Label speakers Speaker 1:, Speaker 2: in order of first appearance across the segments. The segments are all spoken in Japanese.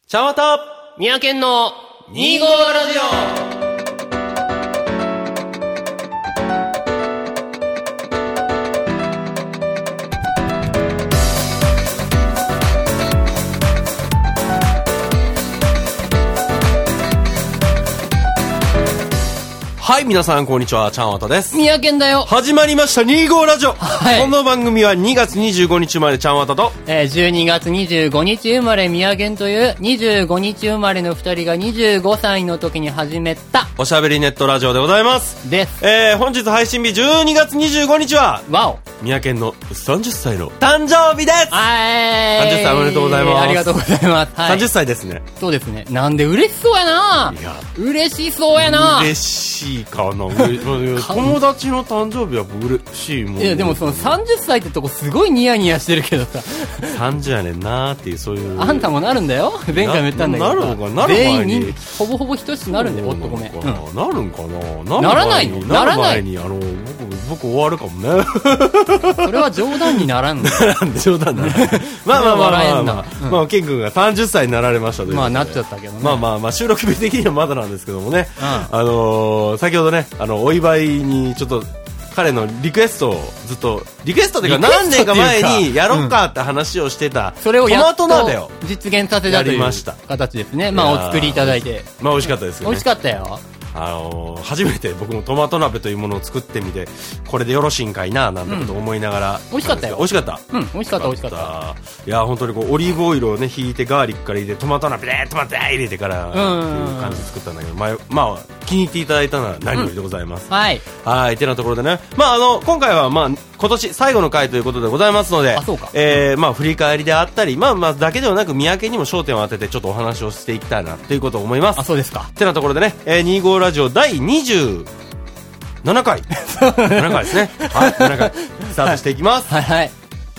Speaker 1: ちゃわた
Speaker 2: 三宅県の2号ラジオ。
Speaker 1: はい、皆さんこんにちは、ちゃんわたです。
Speaker 2: 三宅県だよ。
Speaker 1: 始まりました2号ラジオ、
Speaker 2: はい、
Speaker 1: この番組は2月25日生まれちゃんわたと、
Speaker 2: 12月25日生まれ三宅県という25日生まれの2人が25歳の時に始めた
Speaker 1: おしゃべりネットラジオでございます
Speaker 2: です。
Speaker 1: 本日配信日12月25日は
Speaker 2: わお、
Speaker 1: 三宅県の30歳の誕生日です。30歳おめでとうございます。
Speaker 2: ありがとうございます、
Speaker 1: はい、30歳ですね。
Speaker 2: そうですね。なんで嬉しそうやな。いや嬉しそうやな。
Speaker 1: 嬉しいかな友達の誕生日は嬉しいもん。
Speaker 2: いやでもその30歳ってとこすごいニヤニヤしてるけどさ
Speaker 1: 30やねんなーっていう、そういう。
Speaker 2: あんたもなるんだよ。前回も言ったんだけど、
Speaker 1: なるのかな。
Speaker 2: 全員にほぼほぼ等しくなるんだよ。おっとごめん、
Speaker 1: なるんかな。
Speaker 2: ならないの。ならない。
Speaker 1: 僕終わるかもね。
Speaker 2: それは冗談にならんの。
Speaker 1: 冗談だ。まあケン君が30歳になられましたという。
Speaker 2: まあなっちゃったけどね。
Speaker 1: まあ収録日的にはまだなんですけどもね。先ほどね、お祝いにちょっと彼のリクエストをずっとリクエストというか何年か前にやろうかって話をしてた、
Speaker 2: それをやっと
Speaker 1: トマト鍋を
Speaker 2: 実現させたという形ですね。まあお作りいただいて、
Speaker 1: まあ美味しかったですよね。
Speaker 2: 美味しかったよ。
Speaker 1: 初めて僕もトマト鍋というものを作ってみて、これでよろしいんかいななんてことを思いながら、
Speaker 2: 美味しかったよ。
Speaker 1: 美味しかった。
Speaker 2: 美味しかった美味しかった。
Speaker 1: いや本当にこうオリーブオイルをね引いてガーリックから入れてトマト鍋でトマト入れてからっていう感じで作ったんだけど、まあ気に入っていただいたのは何よりでございます。はいてなところでね、まあ今回は今年最後の回ということでございますので、まあ振り返りであったり、まあだけではなく三宅にも焦点を当ててちょっとお話をしていきたいなということを思います。
Speaker 2: そうですか。
Speaker 1: てなところでね、25ラジオ第27回7回ですね。はい、7回スタートしていきます。
Speaker 2: はいはい。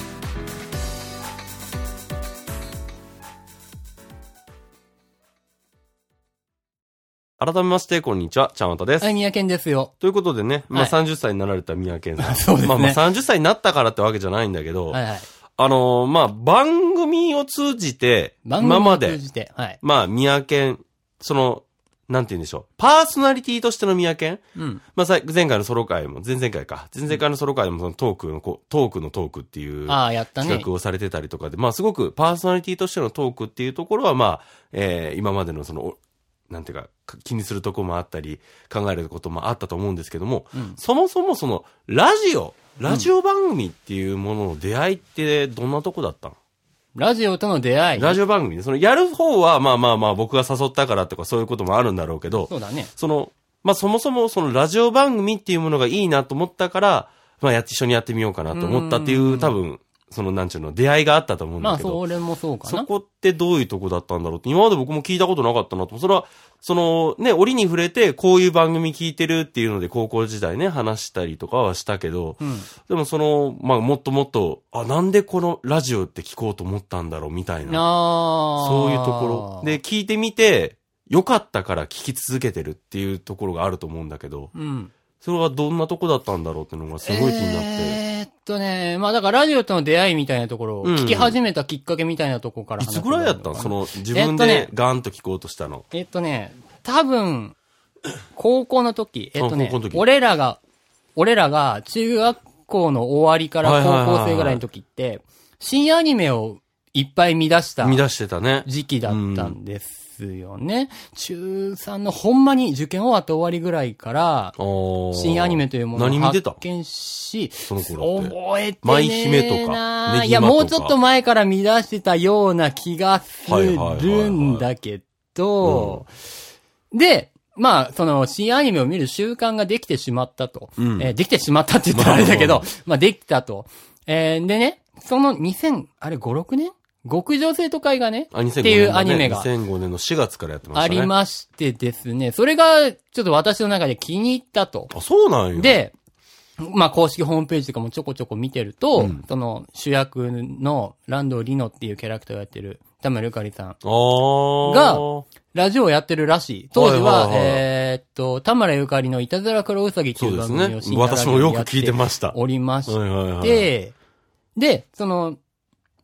Speaker 1: 改めましてこんにちは、ちゃんわたです。
Speaker 2: はい、三宅ですよ。
Speaker 1: ということでね、まあ30歳になられた三宅さん。
Speaker 2: そうですね。
Speaker 1: まあ30歳になったからってわけじゃないんだけど、
Speaker 2: はいはい。
Speaker 1: まあ番組を通じて、今まで、
Speaker 2: はい、
Speaker 1: まあ三宅、なんて言うんでしょう。パーソナリティとしての三宅、まあ前回のソロ回も、前々回のソロ回でもそのトークのっていう企画をされてたりとかで、まあすごくパーソナリティとしてのトークっていうところは、まあ、今までのなんていうか、気にするところもあったり、考えることもあったと思うんですけども、そもそもラジオ番組っていうものの出会いってどんなとこだったの？
Speaker 2: ラジオとの出会い。
Speaker 1: ラジオ番組で、やる方は、まあ僕が誘ったからとかそういうこともあるんだろうけど、
Speaker 2: そうだね。
Speaker 1: まあそもそもラジオ番組っていうものがいいなと思ったから、まあ一緒にやってみようかなと思ったっていう、多分、なんちゅうの、出会いがあったと思うんだけど。
Speaker 2: まあ、それもそうかな。
Speaker 1: そこってどういうとこだったんだろうって、今まで僕も聞いたことなかったなと。それは、ね、折に触れて、こういう番組聞いてるっていうので、高校時代ね、話したりとかはしたけど、でもまあ、もっともっと、なんでこのラジオって聞こうと思ったんだろうみたいな。そういうところ。で、聞いてみて、よかったから聞き続けてるっていうところがあると思うんだけど、それはどんなとこだったんだろうっていうのがすごい気になって。
Speaker 2: まあだからラジオとの出会いみたいなところを聞き始めたきっかけみたいなところから
Speaker 1: 話す。いつぐらいやったの？自分でガンと聞こうとしたの。
Speaker 2: 多分、高校の時、俺らが中学校の終わりから高校生ぐらいの時って、新アニメをいっぱい見出してた時期だったんです。よね。中3のほんまに受験終わって終わりぐらいから、新アニメというものを発見し、
Speaker 1: その頃って
Speaker 2: 覚えてねーな。
Speaker 1: 舞姫とか、
Speaker 2: いや、もうちょっと前から見出してたような気がするんだけど、で、まあ、新アニメを見る習慣ができてしまったと。できてしまったって言ったらあれだけど、まあ、できたと。でね、5、6年極上生徒会がね、っていうアニメが。
Speaker 1: 2005年の4月からやってましたね。
Speaker 2: ありましてですね、それがちょっと私の中で気に入ったと。
Speaker 1: あ、そうなんよ。
Speaker 2: で、まあ公式ホームページとかもちょこちょこ見てると、主役のランドリノっていうキャラクターをやってる田村ゆかりさんが、ラジオをやってるらしい。当時は、田村ゆかりのいたずらクロウサギっていう番組を
Speaker 1: 新私もよく聞いてました。
Speaker 2: おりまして、で、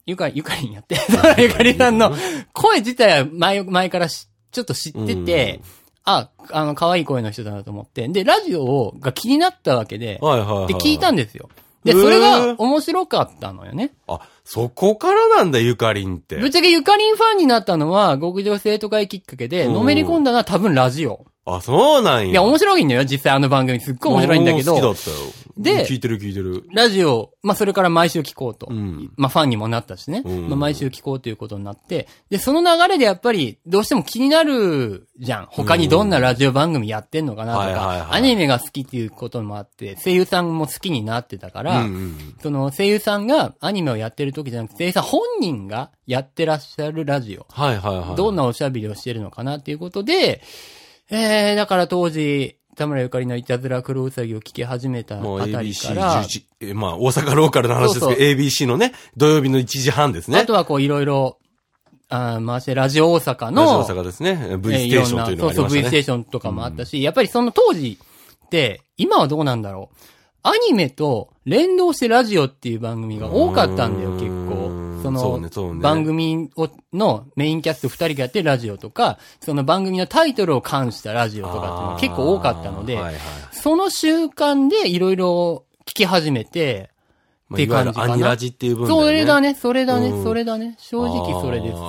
Speaker 2: ゆかりんやって。ゆかりさんの声自体は前からちょっと知ってて、可愛い声の人だなと思って。で、ラジオが気になったわけで、で、聞いたんですよ。で、それが面白かったのよね。
Speaker 1: あ、そこからなんだ、ゆかりんって。
Speaker 2: ぶっちゃけゆかりんファンになったのは、極上生徒会きっかけで、のめり込んだのは多分ラジオ。
Speaker 1: あ、そうなんや。
Speaker 2: いや、面白いんだよ、実際あの番組。すっごい面白いんだけど。
Speaker 1: 好きだったよ。
Speaker 2: で、
Speaker 1: 聞いてる。
Speaker 2: ラジオ、それから毎週聞こうと。ファンにもなったしね。毎週聞こうということになって。で、その流れでやっぱり、どうしても気になるじゃん。他にどんなラジオ番組やってんのかなとか、アニメが好きっていうこともあって、声優さんも好きになってたから、その声優さんがアニメをやってる時じゃなくて、声優さん本人がやってらっしゃるラジオ。どんなおしゃべりをしてるのかなっていうことで、だから当時、田村ゆかりのいたずら黒うさぎを聞き始めたあたりから。
Speaker 1: ABC、11、大阪ローカルの話ですけど、ABC のね、土曜日の1時半ですね。
Speaker 2: あとはこういろいろ、回してラジオ大阪の。
Speaker 1: ラジオ大阪ですね。V ステーションというのがありましたね。
Speaker 2: そう、V ステーションとかもあったし、やっぱりその当時って、今はどうなんだろう。アニメと連動してラジオっていう番組が多かったんだよ、結構。その、番組のメインキャスト2人がやってるラジオとか、その番組のタイトルを冠したラジオとかっていうのが結構多かったので、その習慣でいろいろ聞き始めて、っていう感じかな。
Speaker 1: アニラジっていう分だよね。
Speaker 2: それだね。正直それです。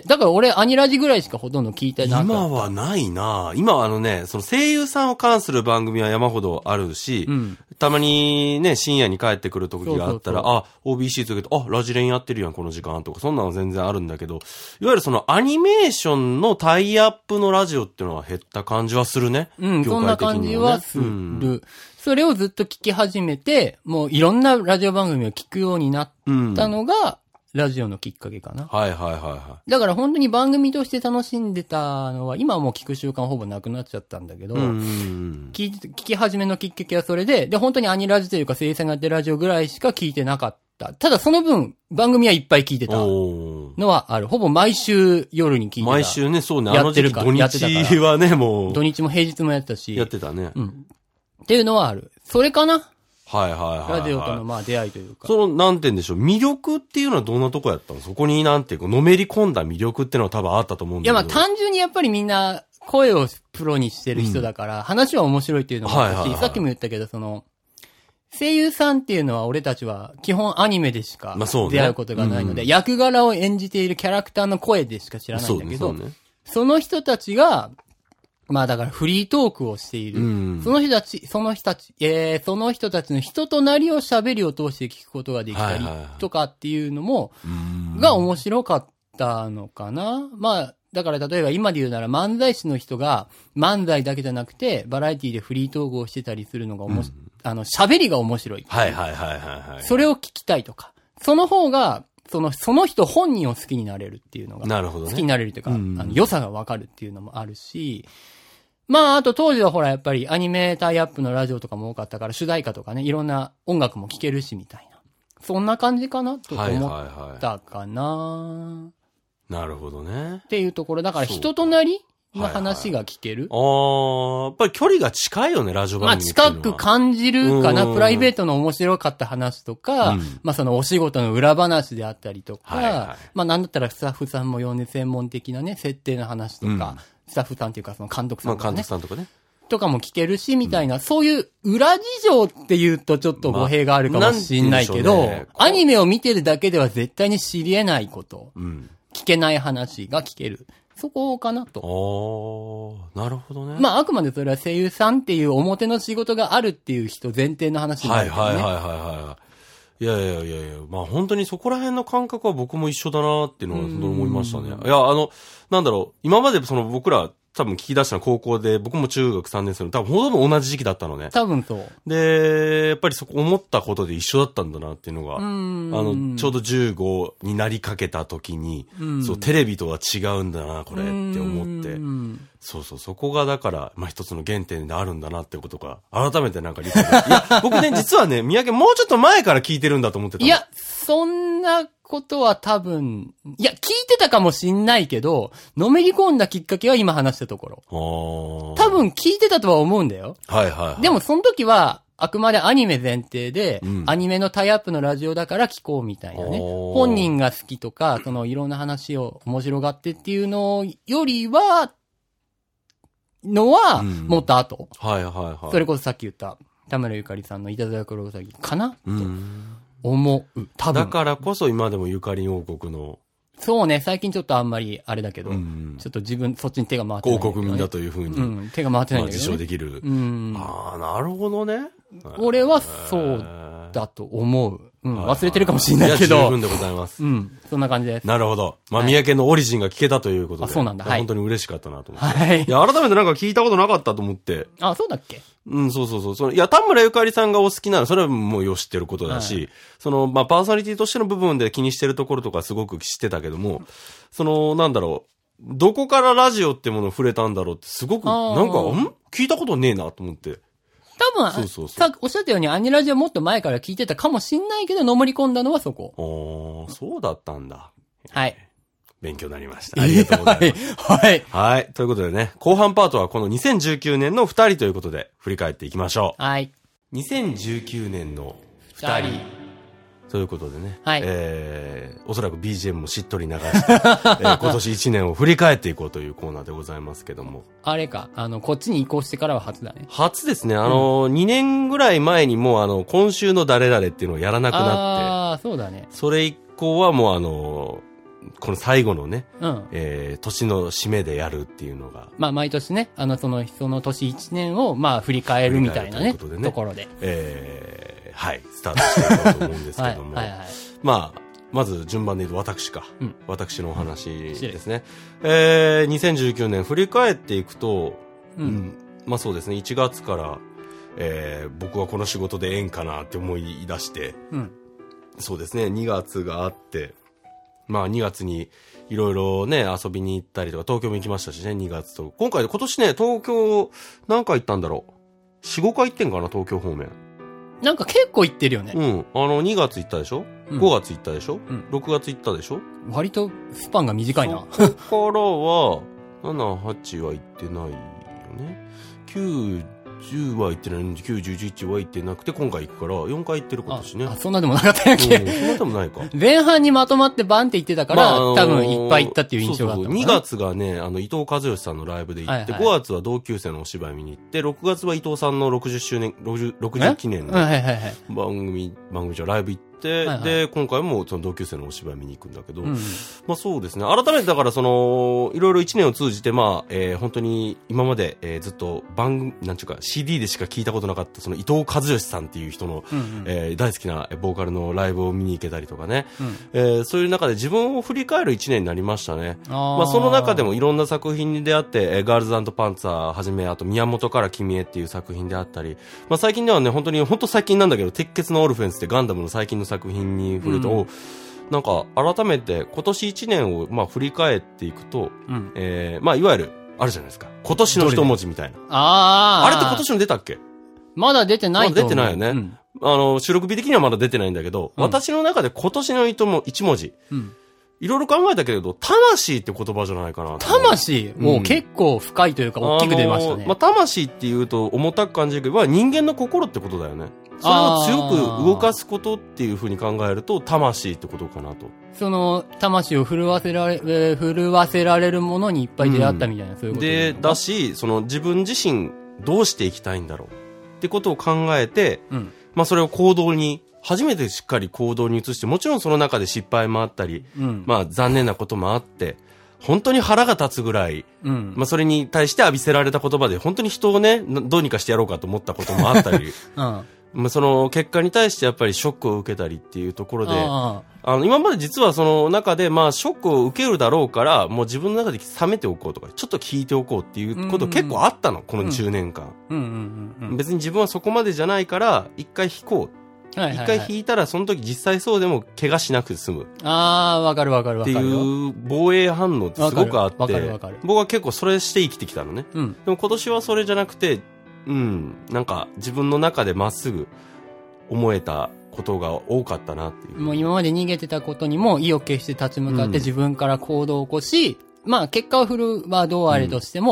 Speaker 2: だから俺アニラジぐらいしかほとんど聞いてなかった。
Speaker 1: 今はないな。今はその声優さんを関する番組は山ほどあるし、たまにね、深夜に帰ってくる時があったら、OBC つけて、ラジレンやってるやん、この時間とか、そんなの全然あるんだけど、いわゆるそのアニメーションのタイアップのラジオっていうのは減った感じはするね。
Speaker 2: そんな感じはする。それをずっと聞き始めて、もういろんなラジオ番組を聞くようになったのが、ラジオのきっかけかな。だから本当に番組として楽しんでたのは、今はもう聞く習慣ほぼなくなっちゃったんだけど、聞き始めのきっかけはそれで、本当にアニラジというか声優さんがやってるラジオぐらいしか聞いてなかった。ただその分、番組はいっぱい聞いてたのはある。ほぼ毎週夜に聞いてた。
Speaker 1: 毎週ね、そうね。やってるから。土日はね、もう。
Speaker 2: 土日も平日もやってたし。
Speaker 1: やってたね。
Speaker 2: っていうのはある。それかな。
Speaker 1: ラ
Speaker 2: ジオとの出会いというか。
Speaker 1: なんて言うんでしょう。魅力っていうのはどんなとこやったの？そこにのめり込んだ魅力っていうのは多分あったと思うんだけど。
Speaker 2: いや単純にやっぱりみんな声をプロにしてる人だから、話は面白いっていうのもあったし、さっきも言ったけど声優さんっていうのは俺たちは基本アニメでしか出会うことがないので、役柄を演じているキャラクターの声でしか知らないんだけど、その人たちが、だからフリートークをしている。その人たちの人となりを喋りを通して聞くことができたりとかっていうのも、が面白かったのかな。だから例えば今で言うなら漫才師の人が漫才だけじゃなくてバラエティでフリートークをしてたりするのが喋りが面白い。それを聞きたいとか。その方が、その人本人を好きになれるっていうのが。
Speaker 1: なるほどね。
Speaker 2: 好きになれるというか、良さがわかるっていうのもあるし、あと当時はほらやっぱりアニメタイアップのラジオとかも多かったから主題歌とかね、いろんな音楽も聴けるしみたいな。そんな感じかなと思ったかな。
Speaker 1: なるほどね。
Speaker 2: っていうところ、だから人となりの話が聞ける。
Speaker 1: やっぱり距離が近いよね、ラジオ番組っていうのは。
Speaker 2: 近く感じるかな。プライベートの面白かった話とか、そのお仕事の裏話であったりとか、なんだったらスタッフさんも呼んで専門的なね、設定の話とか、スタッフさんっていうかその監督さんとかね。
Speaker 1: 監督さんとかね。
Speaker 2: とかも聞けるし、みたいな、そういう裏事情って言うとちょっと語弊があるかもしんないけど、アニメを見てるだけでは絶対に知り得ないこと、聞けない話が聞ける。そこかなと。
Speaker 1: なるほどね。
Speaker 2: あくまでそれは声優さんっていう表の仕事があるっていう人前提の話になるけどね。
Speaker 1: いや、本当にそこら辺の感覚は僕も一緒だなっていうのは思いましたね。いや、なんだろう、今まで僕ら多分聞き出したの高校で、僕も中学3年生の多分ほとんど同じ時期だったのね。
Speaker 2: 多分そう。
Speaker 1: で、やっぱりそこ思ったことで一緒だったんだなっていうのが、ちょうど15になりかけた時に、テレビとは違うんだな、これって思って。そこがだから、一つの原点であるんだなってことが、改めて理解できいや、僕ね、実はね、三宅もうちょっと前から聞いてるんだと思ってた。
Speaker 2: いや、そんなことは多分、いや、聞いてたかもしんないけど、のめり込んだきっかけは今話したところ。多分聞いてたとは思うんだよ。でもその時は、 あくまでアニメ前提で、アニメのタイアップのラジオだから聞こうみたいなね。本人が好きとか、そのいろんな話を面白がってっていうのよりは、もっと後。
Speaker 1: はいはいはい。
Speaker 2: それこそさっき言った、田村ゆかりさんのいたずらクロウサギかなと思う。多分。
Speaker 1: だからこそ今でもゆかり王国の。
Speaker 2: そうね、最近ちょっとあんまりあれだけど、ちょっと自分、そっちに手が回ってない、
Speaker 1: 広告民だというふうに。
Speaker 2: 手が回ってないんだけど、ね。
Speaker 1: 自称できる。ああ、なるほどね。
Speaker 2: 俺はそうだと思う。忘れてるかもしれないけど。
Speaker 1: いや、十分でございます。
Speaker 2: そんな感じです。
Speaker 1: なるほど。まあ、三宅のオリジンが聞けたということで。
Speaker 2: そうなんだ。はい。
Speaker 1: 本当に嬉しかったなと思って。
Speaker 2: はい。
Speaker 1: いや、改めてなんか聞いたことなかったと思って。
Speaker 2: あ、そうだっけ？
Speaker 1: そう。いや、田村ゆかりさんがお好きなら、それはもうよ知ってることだし、まあ、パーソナリティとしての部分で気にしてるところとかすごく知ってたけども、なんだろう、どこからラジオってものを触れたんだろうってすごく、聞いたことねえなと思って。
Speaker 2: 多分、さっきおっしゃったようにアニラジはもっと前から聞いてたかもしんないけど、のめり込んだのはそこ。
Speaker 1: そうだったんだ。
Speaker 2: はい。
Speaker 1: 勉強になりました。ありがとうございます。
Speaker 2: はい。
Speaker 1: はい。ということでね、後半パートはこの2019年の2人ということで振り返っていきましょう。
Speaker 2: はい。
Speaker 1: 2019年の2人。ということでね。
Speaker 2: はい。
Speaker 1: おそらく BGM もしっとり流して、今年1年を振り返っていこうというコーナーでございますけども。
Speaker 2: あれか、こっちに移行してからは初だね。
Speaker 1: 初ですね。2年ぐらい前にもう今週の誰々っていうのをやらなくなって。
Speaker 2: ああ、そうだね。
Speaker 1: それ以降はもうこの最後のね、年の締めでやるっていうのが。
Speaker 2: まあ、毎年ね、その年1年を、まあ、振り返るみたいなね、ところで。
Speaker 1: はい、スタートしていこうと思うんですけども。まあ、まず順番で言うと私か。私のお話ですね。2019年振り返っていくと、まあそうですね、1月から、僕はこの仕事でええんかなって思い出して、そうですね、2月があって、まあ2月にいろいろね、遊びに行ったりとか、東京も行きましたしね、2月と。今年ね、東京何回行ったんだろう。4、5回行ってんかな、東京方面。
Speaker 2: なんか結構行ってるよね。
Speaker 1: 2月行ったでしょ、5月行ったでしょ、6月行ったでしょ。
Speaker 2: 割とスパンが短いな。
Speaker 1: そこからは、7、8は行ってないよね。9、10は行ってないのに、9、10、11は行ってなくて、今回行くから、4回行ってる今年ね。
Speaker 2: そんなでもなかったやんけ。
Speaker 1: そんなでもないか。
Speaker 2: 前半にまとまってバンって行ってたから、多分いっぱい行ったっていう印象があったのかな。
Speaker 1: 2月がね、伊藤和義さんのライブで行って、5月は同級生のお芝居見に行って、6月は伊藤さんの60周年、60記念の番組じゃライブ行って、で、今回もその同級生のお芝居見に行くんだけど、まあそうですね。改めてだからいろいろ1年を通じて、まあ、本当に今まで、ずっとなんちゅうか CD でしか聞いたことなかったその伊藤和義さんっていう人の、大好きなボーカルのライブを見に行けたりとかね、そういう中で自分を振り返る1年になりましたね。まあその中でもいろんな作品に出会って、ガールズ&パンツァーはじめ、あと宮本から君へっていう作品であったり、まあ最近ではね、本当最近なんだけど、鉄血のオルフェンスってガンダムの最近の作品に触れると、なんか改めて今年1年をまあ振り返っていくと、まあいわゆるあるじゃないですか、今年の一文字みたいな。あれって今年の出たっけ？
Speaker 2: まだ出てないと思う。
Speaker 1: まだ出てないよね。収録日的にはまだ出てないんだけど、私の中で今年の一文字、いろいろ考えたけれど、魂って言葉じゃないかな。
Speaker 2: 魂もう結構深いというか、大きく出ましたね。
Speaker 1: まあ、魂っていうと重たく感じるけど、人間の心ってことだよね。それを強く動かすことっていうふうに考えると、魂ってことかなと。
Speaker 2: その、魂を震わせられるものにいっぱい出会ったみたいな、そういうこと
Speaker 1: で、だし、自分自身どうしていきたいんだろうってことを考えて、まあ、それを行動に、初めてしっかり行動に移して、もちろんその中で失敗もあったり、まあ残念なこともあって、本当に腹が立つぐらい、まあそれに対して浴びせられた言葉で、本当に人をね、どうにかしてやろうかと思ったこともあったり、まあその結果に対してやっぱりショックを受けたりっていうところで、今まで実はその中で、まあショックを受けるだろうから、もう自分の中で冷めておこうとか、ちょっと聞いておこうっていうこと結構あったの、この10年間。別に自分はそこまでじゃないから、一回引こう。一回引いたらその時実際そうでも怪我しなくて済む。
Speaker 2: わかる。
Speaker 1: っていう防衛反応ってすごくあって、僕は結構それして生きてきたのね。でも今年はそれじゃなくて、なんか自分の中でまっすぐ思えたことが多かったなっていう。
Speaker 2: もう今まで逃げてたことにも意を決して立ち向かって自分から行動を起こし、まあ結果を振るはどうあれとしても、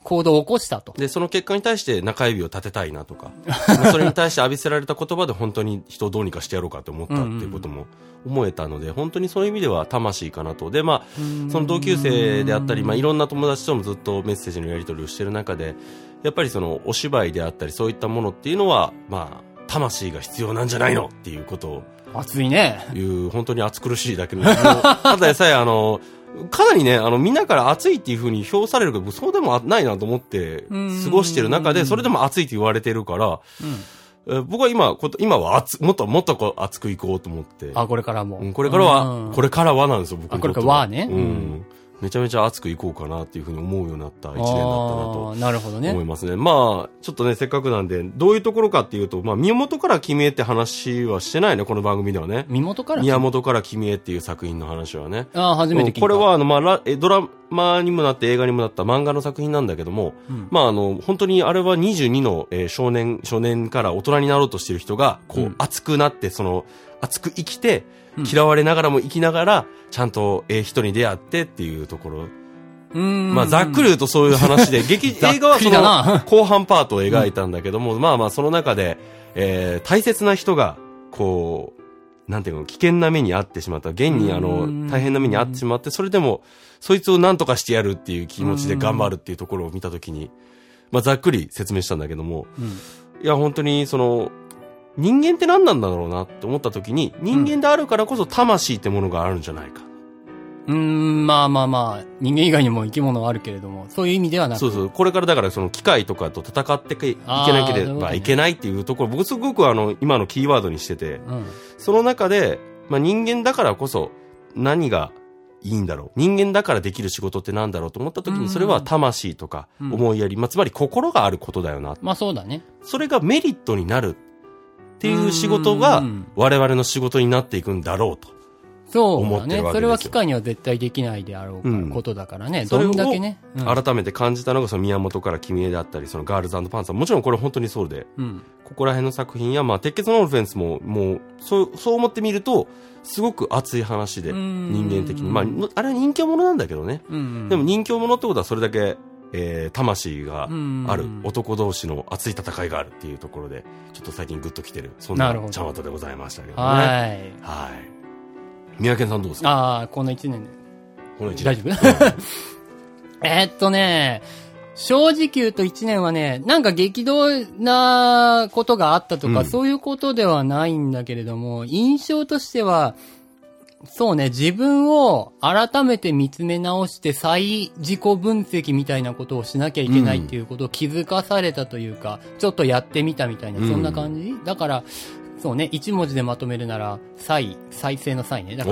Speaker 2: 行動を起こしたと。
Speaker 1: で、その結果に対して中指を立てたいなとか、それに対して浴びせられた言葉で本当に人をどうにかしてやろうかと思ったっていうことも思えたので、本当にそういう意味では魂かなと。で、まあ、その同級生であったり、まあ、いろんな友達ともずっとメッセージのやり取りをしている中で、やっぱりそのお芝居であったり、そういったものっていうのは、まあ、魂が必要なんじゃないのっていうことを。
Speaker 2: 熱いね。
Speaker 1: 本当に熱苦しいだけの。ただでさえ、かなりね、みんなから暑いっていう風に評されるけど、そうでもないなと思って過ごしてる中で、それでも暑いって言われてるから、僕は今はもっとこう熱くいこうと思って。
Speaker 2: あ、これからも。
Speaker 1: これからはなんですよ、僕
Speaker 2: は。これからはね。
Speaker 1: めちゃめちゃ熱くいこうかなっていうふうに思うようになった一年だったなと。
Speaker 2: なるほどね。
Speaker 1: 思いますね。まあ、ちょっとね、せっかくなんで、どういうところかっていうと、まあ、宮本から君へって話はしてないね、この番組ではね。
Speaker 2: 宮本
Speaker 1: から君へっていう作品の話はね。
Speaker 2: ああ、初めて聞いた。
Speaker 1: これは、まあ、ドラマにもなって映画にもなった漫画の作品なんだけども、まあ、本当にあれは22の、少年から大人になろうとしてる人が、こう、熱くなって、熱く生きて、嫌われながらも生きながら、ちゃんと人に出会ってっていうところ。まあ、ざっくり言うとそういう話で、映画はその後半パートを描いたんだけども、まあまあその中で、大切な人が、こう、なんていうの、危険な目に遭ってしまった。現に大変な目に遭ってしまって、それでも、そいつを何とかしてやるっていう気持ちで頑張るっていうところを見たときに、まあざっくり説明したんだけども、いや本当に人間って何なんだろうなって思ったときに、人間であるからこそ魂ってものがあるんじゃないか。
Speaker 2: まあまあまあ、人間以外にも生き物はあるけれども、そういう意味ではなく。
Speaker 1: そうそう。これからだから機械とかと戦っていけなければいけないっていうところ、僕すごく今のキーワードにしてて、その中で、まあ人間だからこそ何がいいんだろう。人間だからできる仕事ってなんだろうと思った時に、それは魂とか思いやり、まあつまり心があることだよな。
Speaker 2: まあそうだね。
Speaker 1: それがメリットになるっていう仕事が我々の仕事になっていくんだろうと。
Speaker 2: そうだね。それは機械には絶対できないであろうことだからね。どんだけね。
Speaker 1: 改めて感じたのが宮本から君へであったり、ガールズ&パンツァー。もちろんこれ本当にそうで、ここら辺の作品や、まあ、鉄血のオルフェンスも、もう、そう思ってみると、すごく熱い話で、人間的に。まあ、あれは人気者なんだけどね。でも人気者ってことはそれだけ、魂がある、男同士の熱い戦いがあるっていうところで、ちょっと最近グッと来てる、そんなちゃんわたでございましたけどね。はい。宮健さんどうですか？
Speaker 2: ああ、この1年で。
Speaker 1: この1年。
Speaker 2: 大丈夫？正直言うと1年はね、なんか激動なことがあったとか、そういうことではないんだけれども、印象としては、そうね、自分を改めて見つめ直して再自己分析みたいなことをしなきゃいけないっていうことを気づかされたというか、ちょっとやってみたみたいな、そんな感じ？だから、そうね、一文字でまとめるなら、再生の再ね。だから、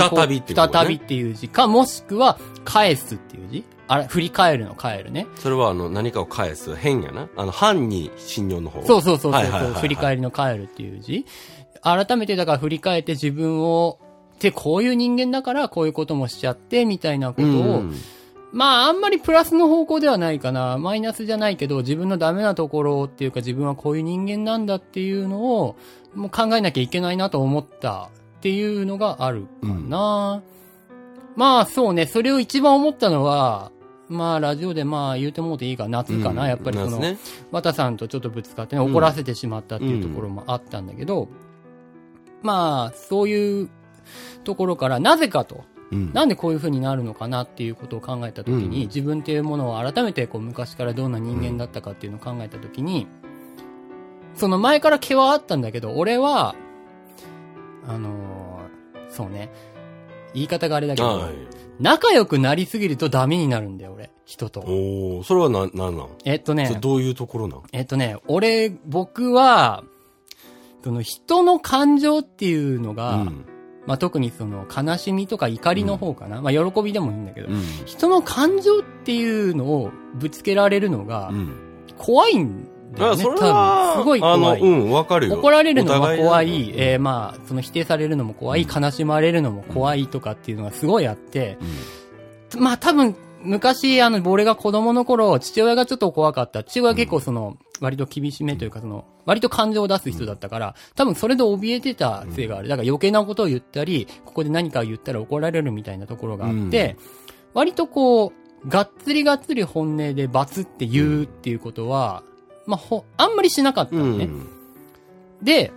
Speaker 1: 再びっていう字、ね。
Speaker 2: 再びっていう字か、もしくは、返すっていう字。振り返るの返るね。
Speaker 1: それは何かを返す。変やな。反に信用の方。
Speaker 2: そう。振り返りの返るっていう字。改めてだから振り返って自分を、こういう人間だからこういうこともしちゃって、みたいなことを、まあ、あんまりプラスの方向ではないかな。マイナスじゃないけど、自分のダメなところっていうか、自分はこういう人間なんだっていうのを、もう考えなきゃいけないなと思ったっていうのがあるかな。まあ、そうね。それを一番思ったのは、まあ、ラジオでまあ、言うてもうていいか、夏かな。やっぱり綿さんとちょっとぶつかってね、怒らせてしまったっていうところもあったんだけど、まあ、そういうところから、なぜかと。なんでこういう風になるのかなっていうことを考えたときに、自分っていうものを改めて昔からどんな人間だったかっていうのを考えたときに、その前から毛はあったんだけど、俺は、そうね、言い方があれだけど、仲良くなりすぎるとダメになるんだよ、俺、人と。
Speaker 1: それはなんなの？どういうところな
Speaker 2: の？僕は、人の感情っていうのが、まあ、特に悲しみとか怒りの方かな。まあ、喜びでもいいんだけど、人の感情っていうのをぶつけられるのが、怖いんだよね。
Speaker 1: それは、
Speaker 2: すごい怖い。
Speaker 1: わかるよ。
Speaker 2: 怒られるのも怖い。まあ、否定されるのも怖い。悲しまれるのも怖いとかっていうのがすごいあって、まあ、多分、昔、俺が子供の頃、父親がちょっと怖かった。父親は結構割と厳しめというか割と感情を出す人だったから、多分それで怯えてたせいがある。だから余計なことを言ったり、ここで何か言ったら怒られるみたいなところがあって、割とがっつり本音でバツって言うっていうことは、まあ、あんまりしなかったのね。で、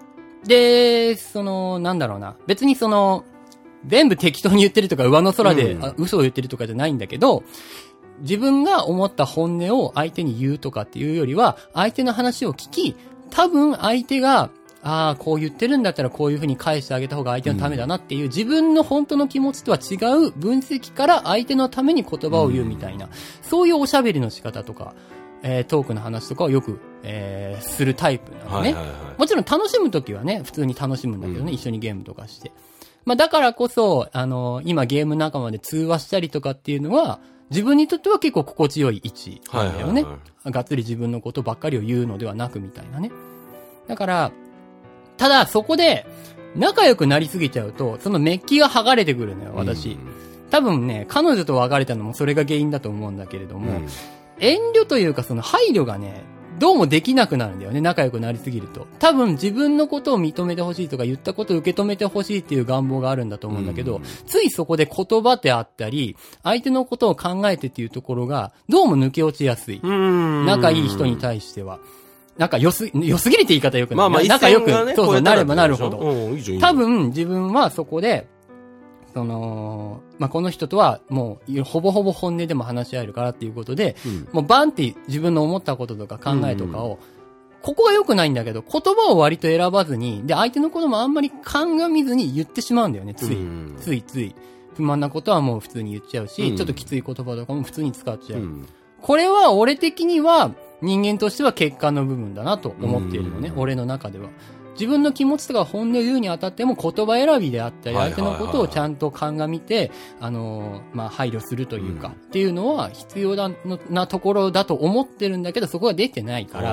Speaker 2: なんだろうな。別に全部適当に言ってるとか上の空で、嘘を言ってるとかじゃないんだけど、自分が思った本音を相手に言うとかっていうよりは、相手の話を聞き、多分相手が、こう言ってるんだったらこういう風に返してあげた方が相手のためだなっていう、自分の本当の気持ちとは違う分析から相手のために言葉を言うみたいな、そういうおしゃべりの仕方とか、トークの話とかをよく、するタイプなのね。もちろん楽しむときはね、普通に楽しむんだけどね、一緒にゲームとかして。まあだからこそ、今ゲーム仲間で通話したりとかっていうのは、自分にとっては結構心地よい位置なんだよね。がっつり自分のことばっかりを言うのではなくみたいなね。だから、ただそこで仲良くなりすぎちゃうと、そのメッキが剥がれてくるのよ、私。多分ね、彼女と別れたのもそれが原因だと思うんだけれども、遠慮というかその配慮がね、どうもできなくなるんだよね、仲良くなりすぎると。多分自分のことを認めてほしいとか言ったことを受け止めてほしいっていう願望があるんだと思うんだけど、ついそこで言葉であったり、相手のことを考えてっていうところが、どうも抜け落ちやすい。仲いい人に対しては。仲良すぎるって言い方よくない。
Speaker 1: まあ
Speaker 2: 仲良く、
Speaker 1: ね、
Speaker 2: そうなればなるほど。
Speaker 1: 多
Speaker 2: 分自分はそこで、まあ、この人とはもう、ほぼほぼ本音でも話し合えるからっていうことで、もうバンって自分の思ったこととか考えとかを、ここは良くないんだけど、言葉を割と選ばずに、で、相手のこともあんまり鑑みずに言ってしまうんだよね、つい。不満なことはもう普通に言っちゃうし、ちょっときつい言葉とかも普通に使っちゃう。これは俺的には、人間としては欠陥の部分だなと思っているのね、俺の中では。自分の気持ちとか本音を言うにあたっても言葉選びであったり、相手のことをちゃんと鑑みて、まあ、配慮するというか、っていうのは必要なところだと思ってるんだけど、そこができてないから、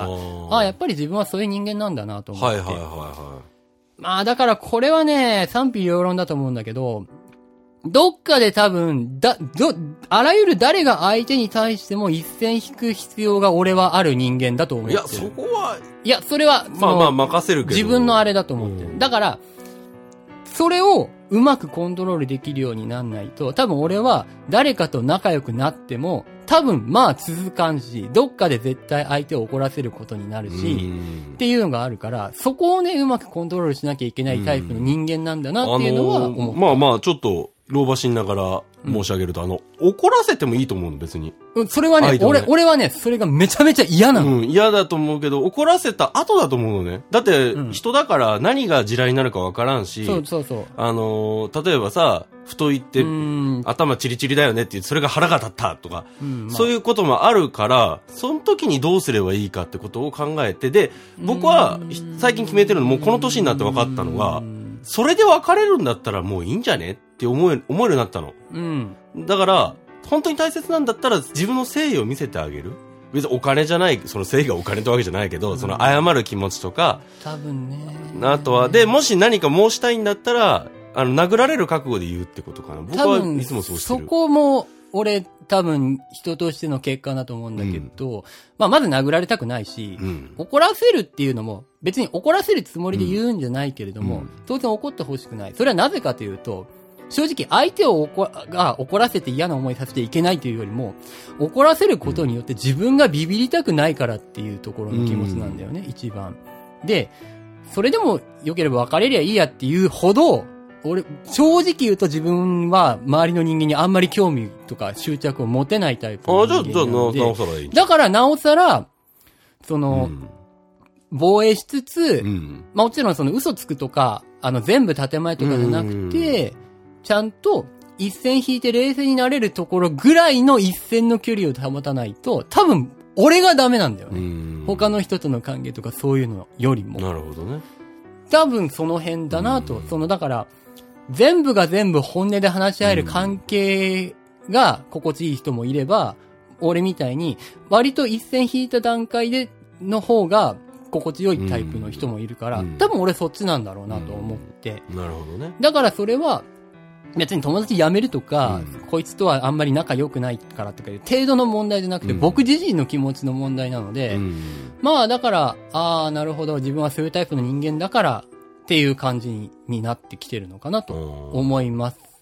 Speaker 2: やっぱり自分はそういう人間なんだなと思って。まあ、だからこれはね、賛否両論だと思うんだけど、どっかで多分、あらゆる誰が相手に対しても一線引く必要が俺はある人間だと思ってる。
Speaker 1: いや、そこは。
Speaker 2: いや、それは、
Speaker 1: まあ任せるけど。
Speaker 2: 自分のあれだと思ってる。だから、それをうまくコントロールできるようになんないと、多分俺は誰かと仲良くなっても、多分まあ続かんし、どっかで絶対相手を怒らせることになるし、っていうのがあるから、そこをね、うまくコントロールしなきゃいけないタイプの人間なんだなっていうのは思う。
Speaker 1: まあちょっと、老婆しながら申し上げると、怒らせてもいいと思うの、別に。
Speaker 2: それはね、俺はね、それがめちゃめちゃ嫌なの。
Speaker 1: 嫌だと思うけど、怒らせた後だと思うのね。だって、人だから何が地雷になるかわからんし、
Speaker 2: そう。
Speaker 1: 例えばさ、太いって、頭チリチリだよねって言って、それが腹が立ったとか、そういうこともあるから、その時にどうすればいいかってことを考えて、で、僕は最近決めてるのも、この年になって分かったのが、それで別れるんだったらもういいんじゃねって思えるようになったの。だから、本当に大切なんだったら自分の誠意を見せてあげる。別にお金じゃない、その誠意がお金ってわけじゃないけど、その謝る気持ちとか、
Speaker 2: 多分ね。
Speaker 1: あとは、で、もし何か申したいんだったら、殴られる覚悟で言うってことかな。僕はいつもそうしてる。
Speaker 2: そこも、俺、多分、人としての結果だと思うんだけど、まず殴られたくないし、怒らせるっていうのも、別に怒らせるつもりで言うんじゃないけれども、当然怒ってほしくない。それはなぜかというと、正直相手を怒らせて嫌な思いさせていけないというよりも、怒らせることによって自分がビビりたくないからっていうところの気持ちなんだよね、一番。で、それでも良ければ別れりゃいいやっていうほど、俺、正直言うと自分は周りの人間にあんまり興味とか執着を持てないタイプの人間なので。
Speaker 1: じゃあ、なおさらいい。
Speaker 2: だからなおさら、防衛しつつ、もちろんその嘘つくとか、全部建前とかじゃなくて、ちゃんと一線引いて冷静になれるところぐらいの一線の距離を保たないと、多分、俺がダメなんだよね。他の人との関係とかそういうのよりも。
Speaker 1: なるほどね。
Speaker 2: 多分その辺だなと。だから、全部が全部本音で話し合える関係が心地いい人もいれば、俺みたいに割と一線引いた段階での方が心地よいタイプの人もいるから、多分俺そっちなんだろうなと思って。
Speaker 1: なるほどね。
Speaker 2: だからそれは別に友達辞めるとか、こいつとはあんまり仲良くないからとかいう程度の問題じゃなくて、僕自身の気持ちの問題なので、まあだから、なるほど、自分はそういうタイプの人間だからっていう感じになってきてるのかなと思います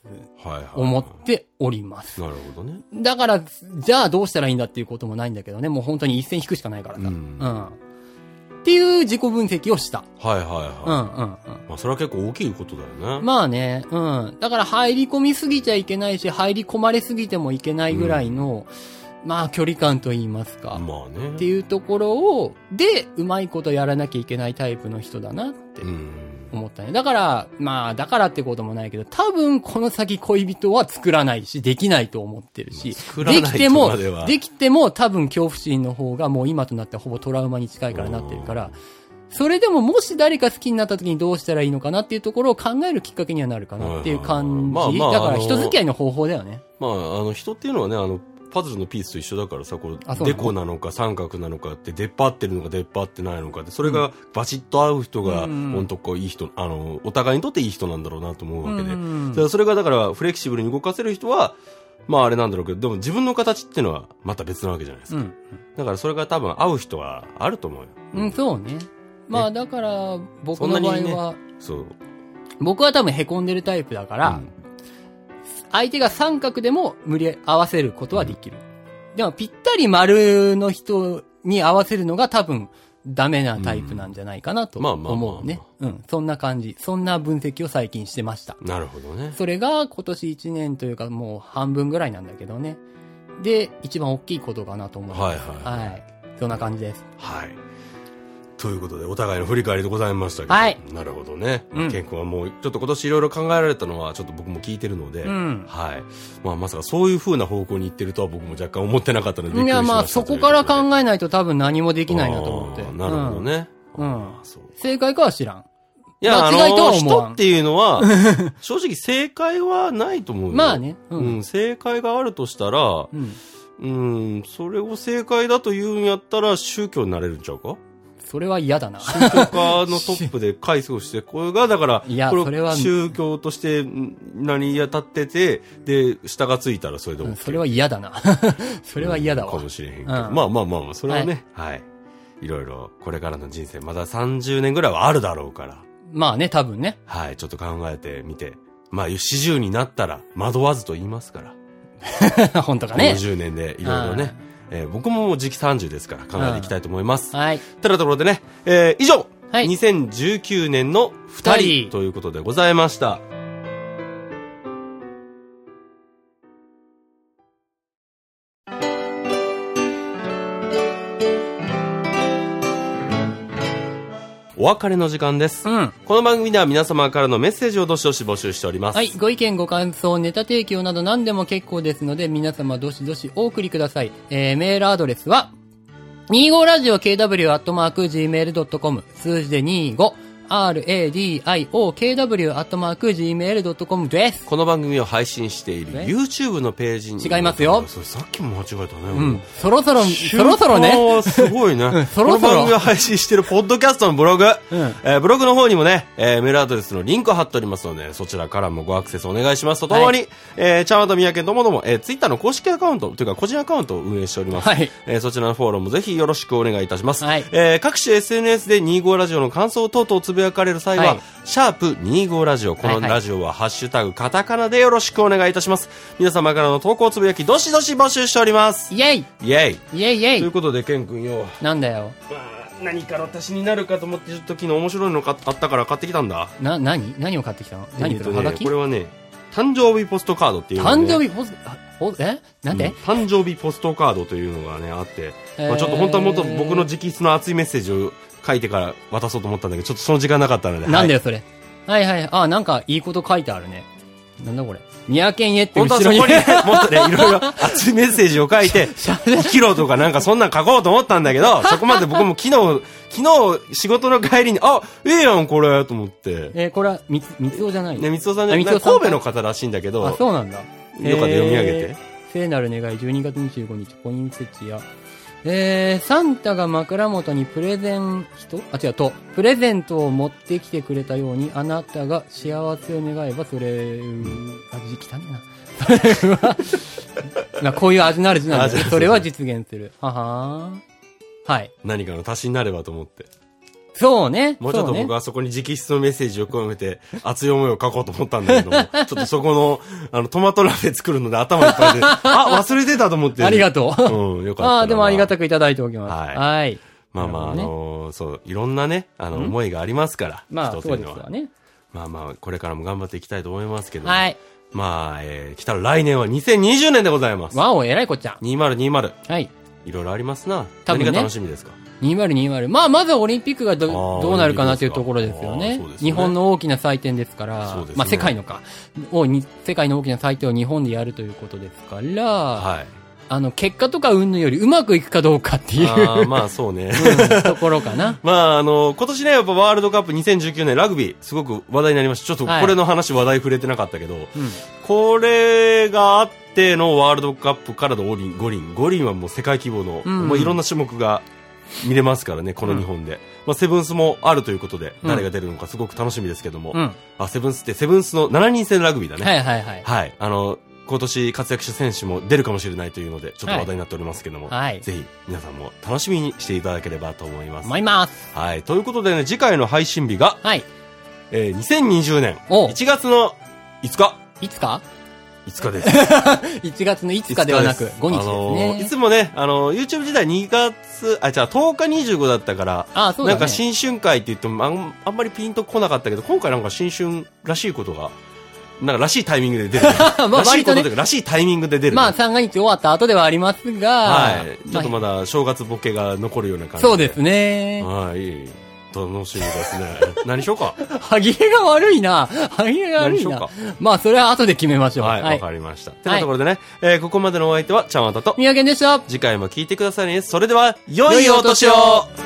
Speaker 2: 思っております。
Speaker 1: なるほどね。
Speaker 2: だから、じゃあどうしたらいいんだっていうこともないんだけどね、もう本当に一線引くしかないからさ。っていう自己分析をした。
Speaker 1: まあそれは結構大きいことだよね。
Speaker 2: まあね、だから入り込みすぎちゃいけないし、入り込まれすぎてもいけないぐらいの、まあ距離感と言いますか。
Speaker 1: まあね。
Speaker 2: っていうところを、で、うまいことやらなきゃいけないタイプの人だなって思ったね。だから、まあだからってこともないけど、多分この先恋人は作らないし、できないと思ってるし、できても多分恐怖心の方がもう今となってはほぼトラウマに近いからなってるから、それでももし誰か好きになった時にどうしたらいいのかなっていうところを考えるきっかけにはなるかなっていう感じ。だから人付き合いの方法だよね。
Speaker 1: まあ、人っていうのはね、パズルのピースと一緒だからさ、こう、デコなのか三角なのかって、出っ張ってるのか出っ張ってないのかって、それがバチッと合う人が、本当こういい人、お互いにとっていい人なんだろうなと思うわけで。それがだからフレキシブルに動かせる人は、まああれなんだろうけど、でも自分の形っていうのはまた別なわけじゃないですか。だからそれが多分合う人はあると思うよ。そうね。まあだから、僕の場合は、僕は多分凹んでるタイプだから、相手が三角でも無理合わせることはできる。でもぴったり丸の人に合わせるのが多分ダメなタイプなんじゃないかなと思うね。そんな感じ。そんな分析を最近してました。 なるほどね。
Speaker 2: それが今年1年というかもう半分ぐらいなんだけどね。で、一番大きいことかなと思います。そんな感じです。
Speaker 1: ということで、お互いの振り返りでございましたけど。なるほどね。ケン君はもう、ちょっと今年いろいろ考えられたのは、ちょっと僕も聞いてるので、まあ、まさかそういう風な方向に行ってるとは僕も若干思ってなかったので、びっくりしました。いや、まあ、
Speaker 2: そこから考えないと多分何もできないなと思って。
Speaker 1: なるほどね。
Speaker 2: 正解かは知らん。
Speaker 1: いや、人っていうのは、正直正解はないと思うよ。
Speaker 2: まあね。
Speaker 1: 正解があるとしたら、それを正解だと言うんやったら宗教になれるんちゃうか？
Speaker 2: それは嫌だな。
Speaker 1: 宗教家のトップで回数をして、これがだから、これは宗教として何や立ってて、で、下がついたらそれでも。
Speaker 2: それは嫌だな。それは嫌だわ。
Speaker 1: かもしれへんけど。まあまあまあまあ、それはね、いろいろ、これからの人生、まだ30年ぐらいはあるだろうから。
Speaker 2: まあね、多分ね。
Speaker 1: ちょっと考えてみて。まあ、40になったら、惑わずと言いますから。
Speaker 2: 本当かね。
Speaker 1: 50年でいろいろね。僕ももう時期30ですから考えていきたいと思います。てなところでね、以上、2019年の2人ということでございました。お別れの時間です。この番組では皆様からのメッセージをどしどし募集しております。
Speaker 2: ご意見ご感想、ネタ提供など何でも結構ですので、皆様どしどしお送りください。メールアドレスは、25radiokw@gmail.com、数字で25、radiokw@gmail.com です。
Speaker 1: この番組を配信している YouTube のページに。
Speaker 2: 違いますよ。
Speaker 1: それさっきも間違えたね。
Speaker 2: そろそろね。
Speaker 1: すごいね。この番組を配信しているポッドキャストのブログ。ブログの方にもね、メールアドレスのリンクを貼っておりますので、そちらからもごアクセスお願いしますとともに、ちゃんわたみやけんともども、Twitter の公式アカウント、というか個人アカウントを運営しております。そちらのフォローもぜひよろしくお願いいたします。各種 SNS で25ラジオの感想等々つぶやかれる際は、シャープ25ラジオ。このラジオはハッシュタグカタカナでよろしくお願いいたします。皆様からの投稿つぶやきどしどし募集しております。
Speaker 2: イェイ
Speaker 1: イェイ
Speaker 2: イェイイェイ
Speaker 1: ということでケン君よ。
Speaker 2: なんだよ。
Speaker 1: 何かの足しになるかと思ってちょっと昨日面白いのあったから買ってきたんだ。
Speaker 2: 何を買ってきたの？何それ？はがき？
Speaker 1: これはね、誕生日ポストカードっていうの、ね、
Speaker 2: 誕生日ポスト、なんで？
Speaker 1: 誕生日ポストカードというのがね、あって、ちょっと本当はもっと僕の直筆の熱いメッセージを書いてから渡そうと思ったんだけど、ちょっとその時間なかったので。
Speaker 2: なんだよ、それ。なんかいいこと書いてあるね。なんだこれ。三宅へって後ろに。
Speaker 1: 本当はそこにもっとね、いろいろ熱いメッセージを書いて、生きろとかなんかそんなん書こうと思ったんだけど、そこまで僕も昨日仕事の帰りに、ええやんこれと思って。
Speaker 2: これは三尾じゃない
Speaker 1: ね、三尾さんじゃない。神戸の方らしいんだけど。
Speaker 2: そうなんだ。
Speaker 1: よかった読み上げて。
Speaker 2: 聖なる願い12月25日、ポインセチア。サンタが枕元にプレゼントを持ってきてくれたように、あなたが幸せを願えば、それ、字汚ねえな。まあ、こういう味のある字なんですけど、それは実現する。はい。
Speaker 1: 何かの足しになればと思って。
Speaker 2: そうね。
Speaker 1: もうちょっと僕はそこに直筆のメッセージを込めて、熱い思いを書こうと思ったんだけども、ちょっとそこの、トマトラフェ作るので頭いっぱいで、忘れてたと思って。
Speaker 2: ありがとう。
Speaker 1: うん、よかった。
Speaker 2: でもありがたくいただいておきます。はい。
Speaker 1: まあ、そう、いろんなね、思いがありますから。
Speaker 2: まあ、そうですわね。
Speaker 1: まあ、これからも頑張っていきたいと思いますけど。はい。まあ、来たら来年は2020年でございます。
Speaker 2: わお、偉いこっちゃ。
Speaker 1: 2020。
Speaker 2: はい。
Speaker 1: いろいろありますな。何が楽しみですか？
Speaker 2: 2020。まあ、まずはオリンピックがどうなるかなというところですよね。日本の大きな祭典ですから、まあ、世界の世界の大きな祭典を日本でやるということですから、はい。結果とか云々よりうまくいくかどうかっていう。
Speaker 1: まあそうね。
Speaker 2: ところかな。
Speaker 1: まあ今年ね、やっぱワールドカップ2019年ラグビー、すごく話題になりました。ちょっとこれの話話題触れてなかったけど、これがあってのワールドカップからの五輪はもう世界規模の、まあいろんな種目が見れますからね、この日本で。まあセブンスもあるということで、誰が出るのかすごく楽しみですけども。セブンスの7人制のラグビーだね。
Speaker 2: はいはいはい。
Speaker 1: はい。今年活躍した選手も出るかもしれないというので、ちょっと話題になっておりますけども、はい、ぜひ皆さんも楽しみにしていただければと思います。
Speaker 2: 思います。
Speaker 1: はい。ということでね、次回の配信日が、はい。2020年1月の5日。
Speaker 2: いつか
Speaker 1: 5日です。
Speaker 2: 1月の5日ではなく5日ですね。
Speaker 1: いつもね、YouTube 時代2月、10日25だったから、そうだね、なんか新春会って言ってもあんまりピンとこなかったけど、今回なんか新春らしいことが、なんからしいタイミングで出る、ね。まあ割とね。らしいタイミングで出る、ね。
Speaker 2: まあ三が日終わった後ではありますが。
Speaker 1: はい。ちょっとまだ正月ボケが残るような感じで。
Speaker 2: そうですね。
Speaker 1: はい。楽しみですね。何しようか。
Speaker 2: 歯切れが悪いな。歯切れが悪いな。何しようか。まあそれは後で決めましょう。
Speaker 1: はい。わかりました。というところでね、ここまでのお相手はちゃんわたと。
Speaker 2: 宮健でした。
Speaker 1: 次回も聞いてくださいね。それでは、良いお年を。